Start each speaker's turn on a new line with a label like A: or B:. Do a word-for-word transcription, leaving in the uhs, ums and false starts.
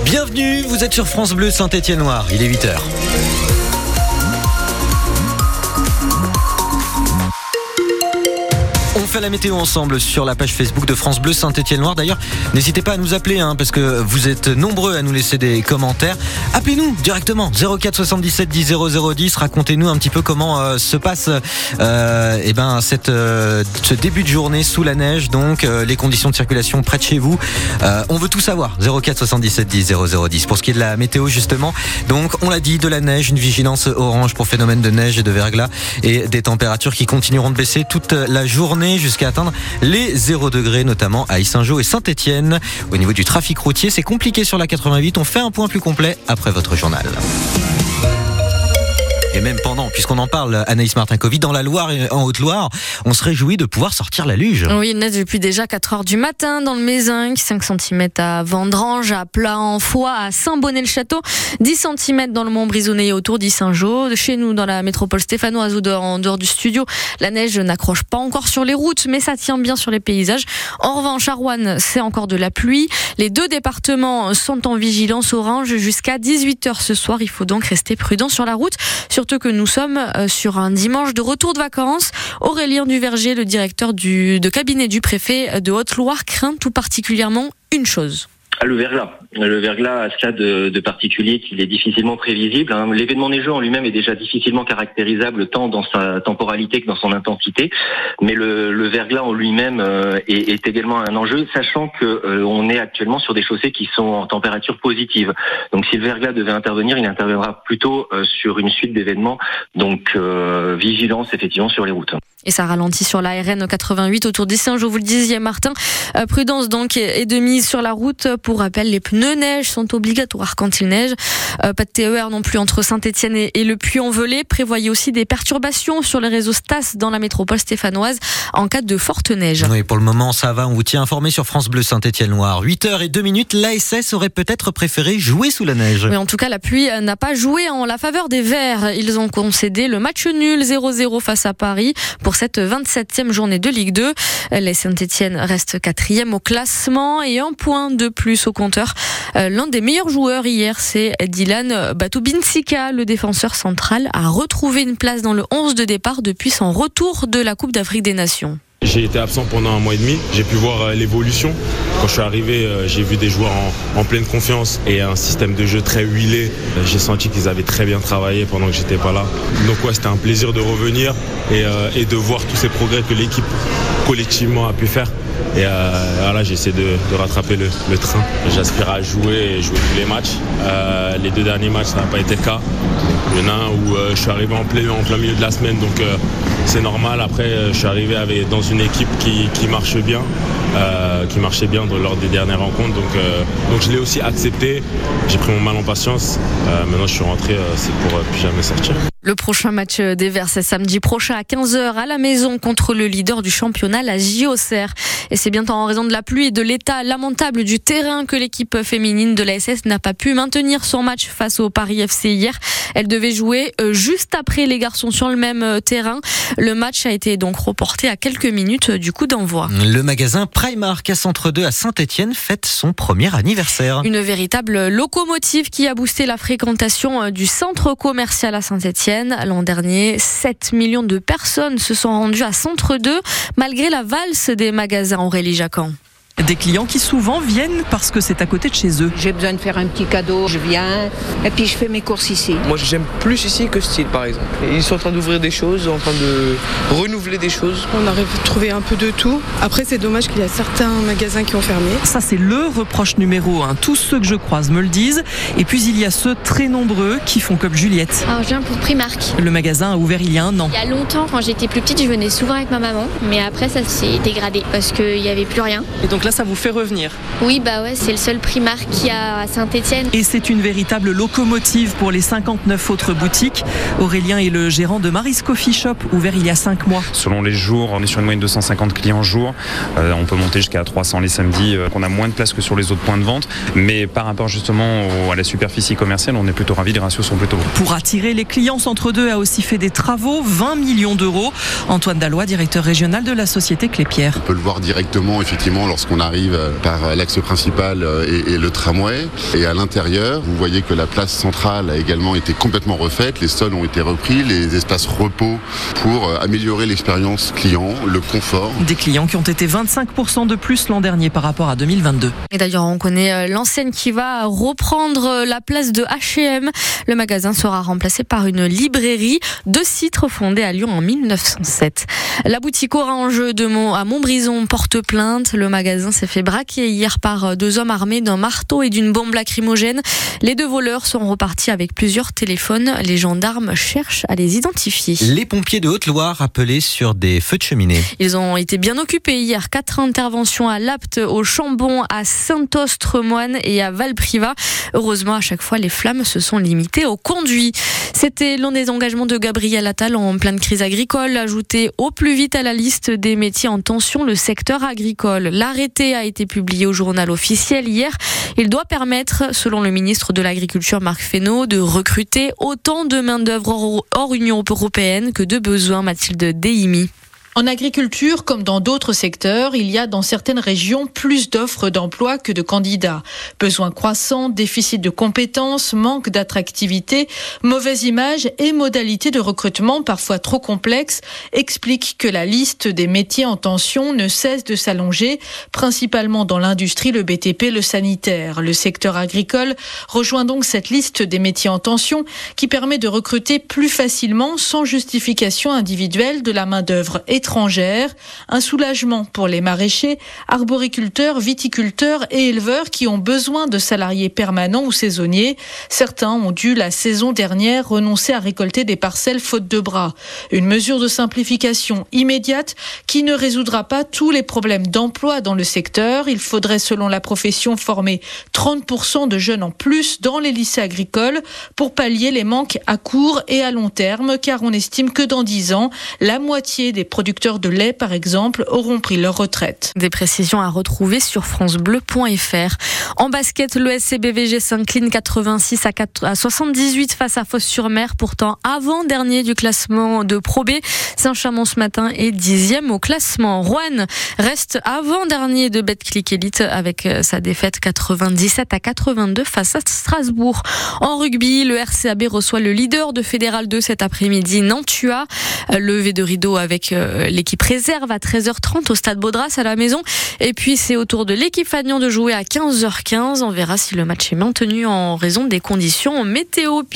A: Bienvenue, vous êtes sur France Bleu Saint-Étienne-Loire, il est huit heures. On fait la météo ensemble sur la page Facebook de France Bleu Saint-Étienne-Loire. D'ailleurs, n'hésitez pas à nous appeler hein, parce que vous êtes nombreux à nous laisser des commentaires. Appelez-nous directement zéro quatre soixante-dix-sept dix zéro zéro dix. Racontez-nous un petit peu comment euh, se passe euh, eh ben, cette, euh, ce début de journée sous la neige. Donc, euh, les conditions de circulation près de chez vous. Euh, on veut tout savoir. zéro quatre soixante-dix-sept dix zéro zéro dix. Pour ce qui est de la météo, justement. Donc, on l'a dit, de la neige, une vigilance orange pour phénomène de neige et de verglas et des températures qui continueront de baisser toute la journée jusqu'à atteindre les zéro degrés, notamment à Yssingeaux et Saint-Étienne. Au niveau du trafic routier, c'est compliqué sur la quatre-vingt-huit. On fait un point plus complet après votre journal. Et même pendant, puisqu'on en parle, Anaïs Martin-Covy, dans la Loire et en Haute-Loire, on se réjouit de pouvoir sortir la luge.
B: Oui, il neige depuis déjà quatre heures du matin dans le Mézinc, cinq centimètres à Vendrange, à Plat-en-Foix, à Saint-Bonnet-le-Château, dix centimètres dans le Mont-Brisonnet et autour d'Yssingeaux. Chez nous, dans la métropole stéphanoise ou en dehors du studio, la neige n'accroche pas encore sur les routes, mais ça tient bien sur les paysages. En revanche, à Roanne, c'est encore de la pluie. Les deux départements sont en vigilance orange jusqu'à dix-huit heures ce soir. Il faut donc rester prudent sur la route. Surtout que nous sommes sur un dimanche de retour de vacances. Aurélien Duverger, le directeur du, de cabinet du préfet de Haute-Loire, craint tout particulièrement une chose.
C: Le verglas. Le verglas a ce cas de, de particulier qu'il est difficilement prévisible. Hein. L'événement neigeux en lui-même est déjà difficilement caractérisable tant dans sa temporalité que dans son intensité. Mais le, le verglas en lui-même euh, est, est également un enjeu, sachant que euh, on est actuellement sur des chaussées qui sont en température positive. Donc si le verglas devait intervenir, il interviendra plutôt euh, sur une suite d'événements. Donc euh, vigilance effectivement sur les routes.
B: Et ça ralentit sur la R N quatre-vingt-huit autour d'Yssingeaux, vous le disiez Martin. Euh, prudence donc est de mise sur la route. Pour rappel, les pneus neige sont obligatoires quand il neige. Euh, pas de T E R non plus entre Saint-Étienne et, et le Puy-en-Velay. Prévoyez aussi des perturbations sur les réseaux Stas dans la métropole stéphanoise en cas de forte neige.
A: Oui, pour le moment ça va, on vous tient informé sur France Bleu Saint-Étienne-Loire. huit heures deux minutes, l'A S S aurait peut-être préféré jouer sous la neige.
B: Oui, en tout cas, la pluie n'a pas joué en la faveur des Verts. Ils ont concédé le match nul zéro zéro face à Paris pour cette vingt-septième journée de Ligue deux. Les Saint-Étienne reste quatrième au classement et un point de plus au compteur. L'un des meilleurs joueurs hier, c'est Dylan Batoubinsika, le défenseur central, a retrouvé une place dans le onze de départ depuis son retour de la Coupe d'Afrique des Nations.
D: J'ai été absent pendant un mois et demi, j'ai pu voir euh, l'évolution. Quand je suis arrivé, euh, j'ai vu des joueurs en, en pleine confiance et un système de jeu très huilé. Euh, j'ai senti qu'ils avaient très bien travaillé pendant que j'étais pas là. Donc ouais, c'était un plaisir de revenir et, euh, et de voir tous ces progrès que l'équipe collectivement a pu faire. Et euh, voilà, j'essaie de, de rattraper le, le train. J'aspire à jouer et jouer tous les matchs. Euh, les deux derniers matchs, ça n'a pas été le cas. Il y en a un où euh, je suis arrivé en plein, en plein milieu de la semaine, donc euh, c'est normal. Après, euh, je suis arrivé avec, dans une équipe qui, qui marche bien, euh, qui marchait bien lors des dernières rencontres. Donc, euh, donc je l'ai aussi accepté. J'ai pris mon mal en patience. Euh, maintenant, je suis rentré, euh, c'est pour euh, plus jamais sortir.
B: Le prochain match des Verts, c'est samedi prochain à quinze heures à la maison contre le leader du championnat, la J O C R. Et c'est bien en raison de la pluie et de l'état lamentable du terrain que l'équipe féminine de l'A S S n'a pas pu maintenir son match face au Paris F C hier. Elle devait jouer juste après les garçons sur le même terrain. Le match a été donc reporté à quelques minutes du coup d'envoi.
A: Le magasin Primark à Centre deux à Saint-Étienne fête son premier anniversaire.
B: Une véritable locomotive qui a boosté la fréquentation du centre commercial à Saint-Étienne. L'an dernier, sept millions de personnes se sont rendues à Centre deux, malgré la valse des magasins. Aurélie Jacquan.
E: Des clients qui souvent viennent parce que c'est à côté de chez eux.
F: J'ai besoin de faire un petit cadeau, je viens et puis je fais mes courses ici.
G: Moi j'aime plus ici que Style par exemple. Ils sont en train d'ouvrir des choses, en train de renouveler des choses.
H: On arrive à trouver un peu de tout. Après c'est dommage qu'il y a certains magasins qui ont fermé.
E: Ça c'est le reproche numéro un. Tous ceux que je croise me le disent. Et puis il y a ceux très nombreux qui font comme Juliette.
I: Alors je viens pour Primark.
E: Le magasin a ouvert il y a un an.
I: Il y a longtemps, quand j'étais plus petite, je venais souvent avec ma maman. Mais après ça s'est dégradé parce qu'il n'y avait plus rien.
E: Et donc là ça vous fait revenir?
I: Oui, bah ouais, c'est le seul Primark qu'il y a à Saint-Étienne.
E: Et c'est une véritable locomotive pour les cinquante-neuf autres boutiques. Aurélien est le gérant de Mary's Coffee Shop, ouvert il y a cinq mois.
J: Selon les jours, on est sur une moyenne de cent cinquante clients jour. Euh, on peut monter jusqu'à trois cents les samedis. Euh, on a moins de place que sur les autres points de vente. Mais par rapport justement au, à la superficie commerciale, on est plutôt ravis, les ratios sont plutôt bons.
E: Pour attirer les clients, Centre deux a aussi fait des travaux, vingt millions d'euros. Antoine Dalloy, directeur régional de la société Clépierre.
K: On peut le voir directement, effectivement, lorsqu'on On arrive par l'axe principal et, et le tramway. Et à l'intérieur, vous voyez que la place centrale a également été complètement refaite. Les sols ont été repris, les espaces repos pour améliorer l'expérience client, le confort.
E: Des clients qui ont été vingt-cinq pour cent de plus l'an dernier par rapport à deux mille vingt-deux.
B: Et d'ailleurs, on connaît l'enseigne qui va reprendre la place de H et M. Le magasin sera remplacé par une librairie. Deux sites refondés à Lyon en mille neuf cent sept. La boutique Orange de Mont à Montbrison porte plainte. Le magasin s'est fait braquer hier par deux hommes armés d'un marteau et d'une bombe lacrymogène. Les deux voleurs sont repartis avec plusieurs téléphones. Les gendarmes cherchent à les identifier.
A: Les pompiers de Haute-Loire appelés sur des feux de cheminée.
B: Ils ont été bien occupés hier. Quatre interventions à Lapte, au Chambon, à Saint-Ostrmoine et à Valprivat. Heureusement, à chaque fois, les flammes se sont limitées au conduit. C'était l'un des engagements de Gabriel Attal en pleine crise agricole, ajouté au plus vite à la liste des métiers en tension le secteur agricole. L'arrêté a été publié au journal officiel hier. Il doit permettre, selon le ministre de l'Agriculture Marc Fesneau, de recruter autant de main-d'œuvre hors, hors Union européenne que de besoin. Mathilde Deimi.
L: En agriculture, comme dans d'autres secteurs, il y a dans certaines régions plus d'offres d'emploi que de candidats. Besoins croissants, déficit de compétences, manque d'attractivité, mauvaise image et modalités de recrutement parfois trop complexes expliquent que la liste des métiers en tension ne cesse de s'allonger, principalement dans l'industrie, le B T P, le sanitaire. Le secteur agricole rejoint donc cette liste des métiers en tension qui permet de recruter plus facilement, sans justification individuelle, de la main-d'œuvre étrangère. Un soulagement pour les maraîchers, arboriculteurs, viticulteurs et éleveurs qui ont besoin de salariés permanents ou saisonniers. Certains ont dû la saison dernière renoncer à récolter des parcelles faute de bras. Une mesure de simplification immédiate qui ne résoudra pas tous les problèmes d'emploi dans le secteur. Il faudrait, selon la profession, former trente pour cent de jeunes en plus dans les lycées agricoles pour pallier les manques à court et à long terme, car on estime que dans dix ans, la moitié des producteurs de lait, par exemple, auront pris leur retraite.
B: Des précisions à retrouver sur francebleu point f r. En basket, le S C B V G s'incline quatre-vingt-six à soixante-dix-huit face à Fos-sur-Mer, pourtant avant-dernier du classement de Pro B. Saint-Chamond ce matin est dixième au classement. Roanne reste avant-dernier de Betclic Elite avec sa défaite quatre-vingt-dix-sept à quatre-vingt-deux face à Strasbourg. En rugby, le R C A B reçoit le leader de Fédéral deux cet après-midi, Nantua. Levé de rideau avec l'équipe réserve à treize heures trente au stade Baudras à la maison. Et puis c'est au tour de l'équipe Fagnon de jouer à quinze heures quinze. On verra si le match est maintenu en raison des conditions météo.